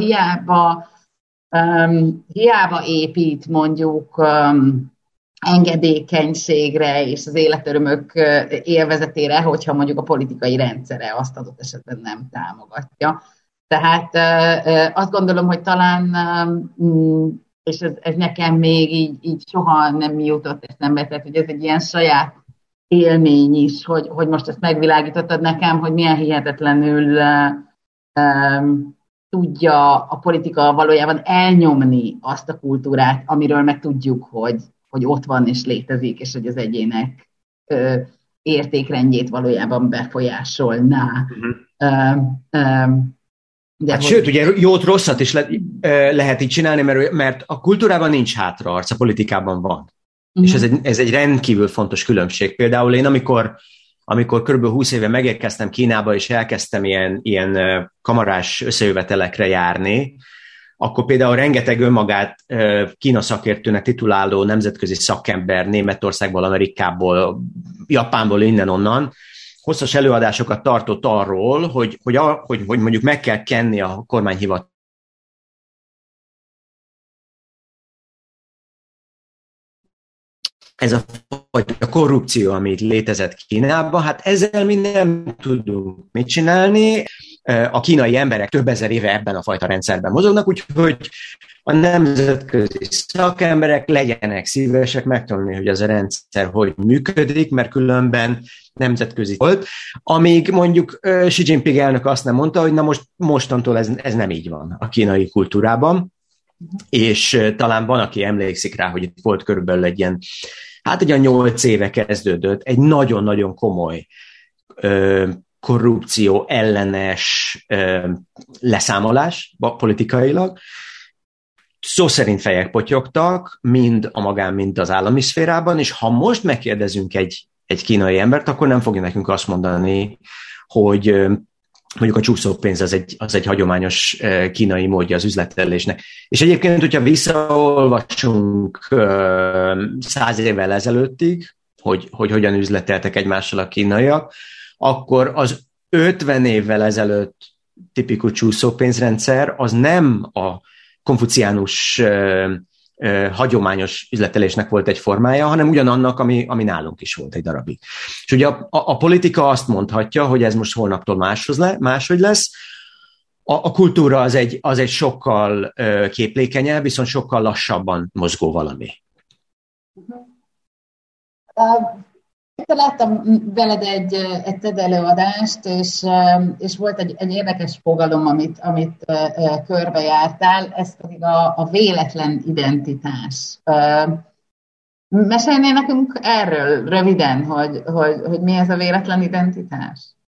Speaker 2: hiába épít mondjuk engedékenységre és az életörömök élvezetére, hogyha mondjuk a politikai rendszere azt adott esetben nem támogatja. Tehát azt gondolom, hogy talán, és ez nekem még így soha nem jutott eszembe, tehát hogy ez egy ilyen saját élmény is, hogy most ezt megvilágítottad nekem, hogy milyen hihetetlenül tudja a politika valójában elnyomni azt a kultúrát, amiről meg tudjuk, hogy ott van és létezik, és hogy az egyének értékrendjét valójában befolyásolná.
Speaker 3: Sőt, ugye jót-rosszat is lehet így csinálni, mert a kultúrában nincs hátraarc, a politikában van. És ez egy rendkívül fontos különbség. Például én, amikor kb. 20 éve megérkeztem Kínába, és elkezdtem ilyen kamarás összejövetelekre járni, akkor például rengeteg önmagát Kína szakértőnek tituláló nemzetközi szakember Németországból, Amerikából, Japánból, innen-onnan hosszas előadásokat tartott arról, hogy mondjuk meg kell kenni a kormányhivatal. Ez a korrupció, amit létezett Kínában, hát ezzel mi nem tudunk mit csinálni. A kínai emberek több ezer éve ebben a fajta rendszerben mozognak, úgyhogy a nemzetközi szakemberek legyenek szívesek megtanulni, hogy az a rendszer hogy működik, mert különben nemzetközi volt. Amíg mondjuk Xi Jinping elnök azt nem mondta, hogy na mostantól ez nem így van a kínai kultúrában, és talán van, aki emlékszik rá, hogy itt volt körülbelül egy ilyen 8 éve kezdődött, egy nagyon-nagyon komoly korrupció ellenes leszámolás politikailag. Szó szerint fejek potyogtak, mind a magán, mind az állami szférában, és ha most megkérdezünk egy kínai embert, akkor nem fogja nekünk azt mondani, hogy mondjuk a csúszópénz az egy hagyományos kínai módja az üzletelésnek. És egyébként, hogyha visszaolvasunk 100 évvel ezelőttig, hogy hogyan üzleteltek egymással a kínaiak, akkor az 50 évvel ezelőtt tipikus csúszópénzrendszer az nem a konfuciánus hagyományos üzletelésnek volt egy formája, hanem ugyanannak, ami nálunk is volt egy darabig. És ugye a politika azt mondhatja, hogy ez most holnaptól máshogy lesz. A kultúra az egy sokkal képlékenyebb, viszont sokkal lassabban mozgó valami.
Speaker 2: Láttam veled egy TED előadást, és volt egy érdekes fogalom, amit körbejártál, ez pedig a véletlen identitás. Mesélnél nekünk erről röviden, hogy mi ez a véletlen identitás?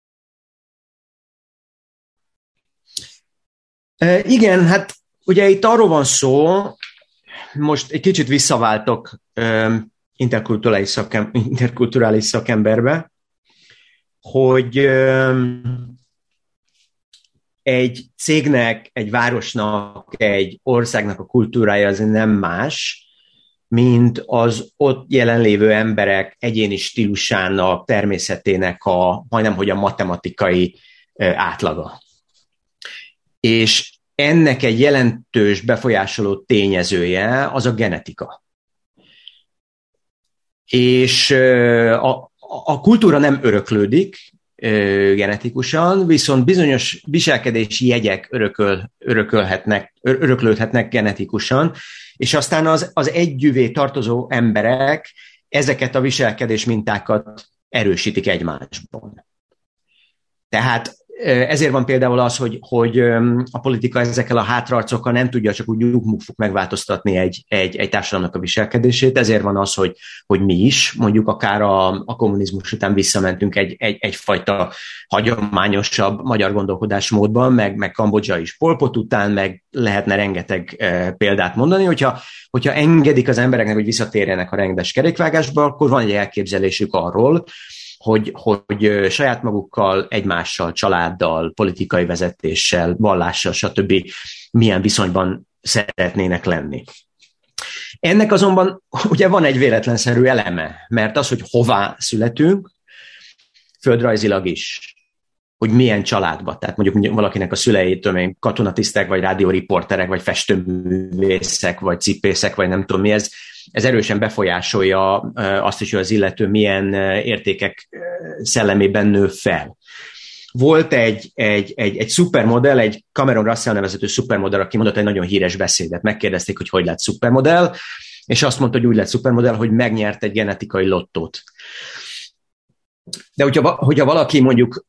Speaker 3: Igen, hát ugye itt arról van szó, most egy kicsit visszaváltok interkulturális szakemberbe, hogy egy cégnek, egy városnak, egy országnak a kultúrája az nem más, mint az ott jelenlévő emberek egyéni stílusának, természetének majdnem, hogy a matematikai átlaga. És ennek egy jelentős befolyásoló tényezője az a genetika. És a kultúra nem öröklődik genetikusan, viszont bizonyos viselkedési jegyek öröklődhetnek genetikusan, és aztán az együvé tartozó emberek ezeket a viselkedés mintákat erősítik egymásban. Tehát ezért van például az, hogy a politika ezekkel a hátraarcokkal nem tudja csak úgy nyugmukfuk megváltoztatni egy társadalomnak a viselkedését, ezért van az, hogy mi is, mondjuk akár a kommunizmus után visszamentünk egyfajta hagyományosabb magyar gondolkodásmódban, meg Kambodzsa is Pol Pot után, meg lehetne rengeteg példát mondani, hogyha engedik az embereknek, hogy visszatérjenek a rendes kerékvágásba, akkor van egy elképzelésük arról, hogy saját magukkal, egymással, családdal, politikai vezetéssel, vallással, stb. Milyen viszonyban szeretnének lenni. Ennek azonban ugye van egy véletlenszerű eleme, mert az, hogy hová születünk, földrajzilag is, hogy milyen családba, tehát mondjuk valakinek a szülei katonatisztek, vagy rádióriporterek, vagy festőművészek, vagy cipészek, vagy nem tudom mi, ez erősen befolyásolja azt is, hogy az illető milyen értékek szellemében nő fel. Volt egy szupermodell, egy Cameron Russell nevezetű szupermodell, aki mondott egy nagyon híres beszédet. Megkérdezték, hogy lett szupermodell, és azt mondta, hogy úgy lett szupermodell, hogy megnyert egy genetikai lottót. De hogyha valaki mondjuk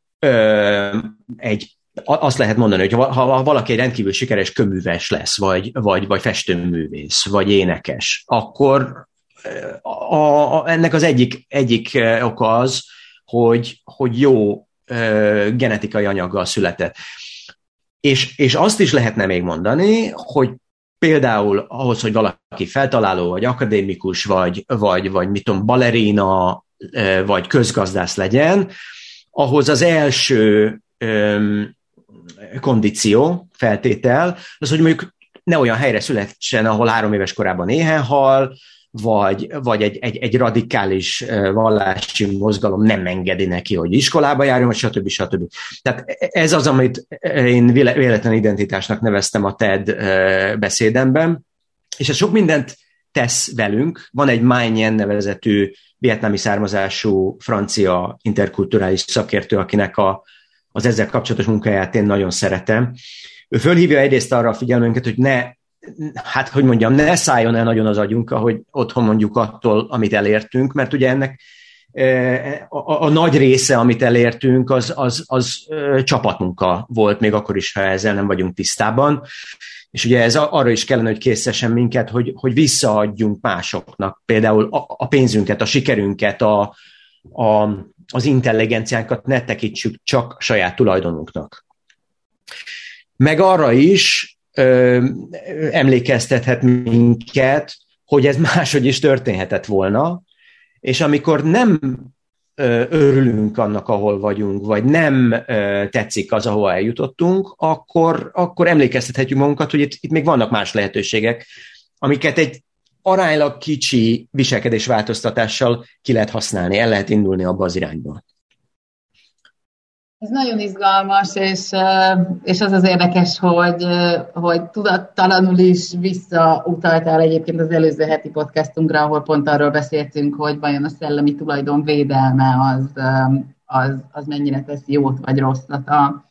Speaker 3: azt lehet mondani, hogy ha valaki egy rendkívül sikeres köműves lesz, vagy festőművész, vagy énekes, akkor ennek az egyik oka az, hogy jó genetikai anyaggal született. És azt is lehetne még mondani, hogy például ahhoz, hogy valaki feltaláló, vagy akadémikus, vagy mit tudom, balerina, vagy közgazdász legyen, ahhoz az első kondíció, feltétel, az, hogy mondjuk ne olyan helyre születsen, ahol 3 éves korában éhen hal, vagy egy radikális vallási mozgalom nem engedi neki, hogy iskolába járjon, vagy stb. Tehát ez az, amit én véletlen identitásnak neveztem a TED beszédemben, és ez sok mindent tesz velünk. Van egy Mai Nguyen nevezetű vietnámi származású francia interkulturális szakértő, akinek az ezzel kapcsolatos munkáját én nagyon szeretem. Ő fölhívja egyrészt arra a figyelmünket, hogy ne szálljon el nagyon az agyunk, ahogy otthon mondjuk attól, amit elértünk, mert ugye ennek a nagy része, amit elértünk, az csapatmunka volt, még akkor is, ha ezzel nem vagyunk tisztában. És ugye ez arra is kellene, hogy késztessen minket, hogy visszaadjunk másoknak, például a pénzünket, a sikerünket, az intelligenciánkat ne tekintsük csak saját tulajdonunknak. Meg arra is emlékeztethet minket, hogy ez máshogy is történhetett volna, és amikor nem örülünk annak, ahol vagyunk, vagy nem tetszik az, ahol eljutottunk, akkor emlékeztethetjük magunkat, hogy itt még vannak más lehetőségek, amiket egy aránylag kicsi viselkedésváltoztatással ki lehet használni, el lehet indulni abba az irányba.
Speaker 2: Ez nagyon izgalmas, és az érdekes, hogy tudattalanul is visszautaltál egyébként az előző heti podcastunkra, ahol pont arról beszéltünk, hogy vajon a szellemi tulajdon védelme az mennyire tesz jót vagy rosszat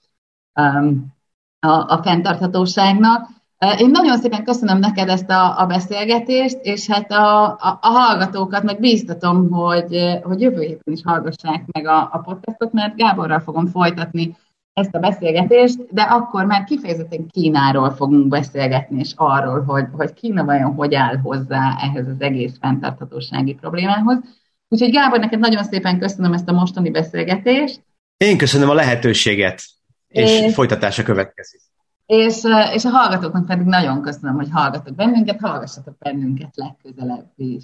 Speaker 2: a fenntarthatóságnak. Én nagyon szépen köszönöm neked ezt a beszélgetést, és hát a hallgatókat meg bíztatom, hogy jövő héten is hallgassák meg a podcastot, mert Gáborral fogom folytatni ezt a beszélgetést, de akkor már kifejezetten Kínáról fogunk beszélgetni, és arról, hogy Kína vajon hogy áll hozzá ehhez az egész fenntarthatósági problémához. Úgyhogy Gábor, neked nagyon szépen köszönöm ezt a mostani beszélgetést.
Speaker 3: Én köszönöm a lehetőséget, és folytatása következik.
Speaker 2: És a hallgatóknak pedig nagyon köszönöm, hogy hallgatok bennünket, hallgassatok bennünket legközelebb is.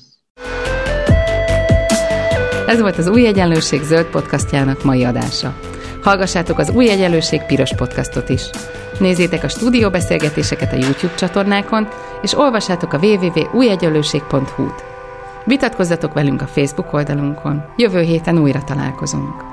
Speaker 1: Ez volt az Új Egyenlőség zöld podcastjának mai adása. Hallgassátok az Új Egyenlőség piros podcastot is. Nézzétek a stúdióbeszélgetéseket a YouTube csatornákon, és olvassátok a www.újegyenlőség.hu-t. Vitatkozzatok velünk a Facebook oldalunkon. Jövő héten újra találkozunk.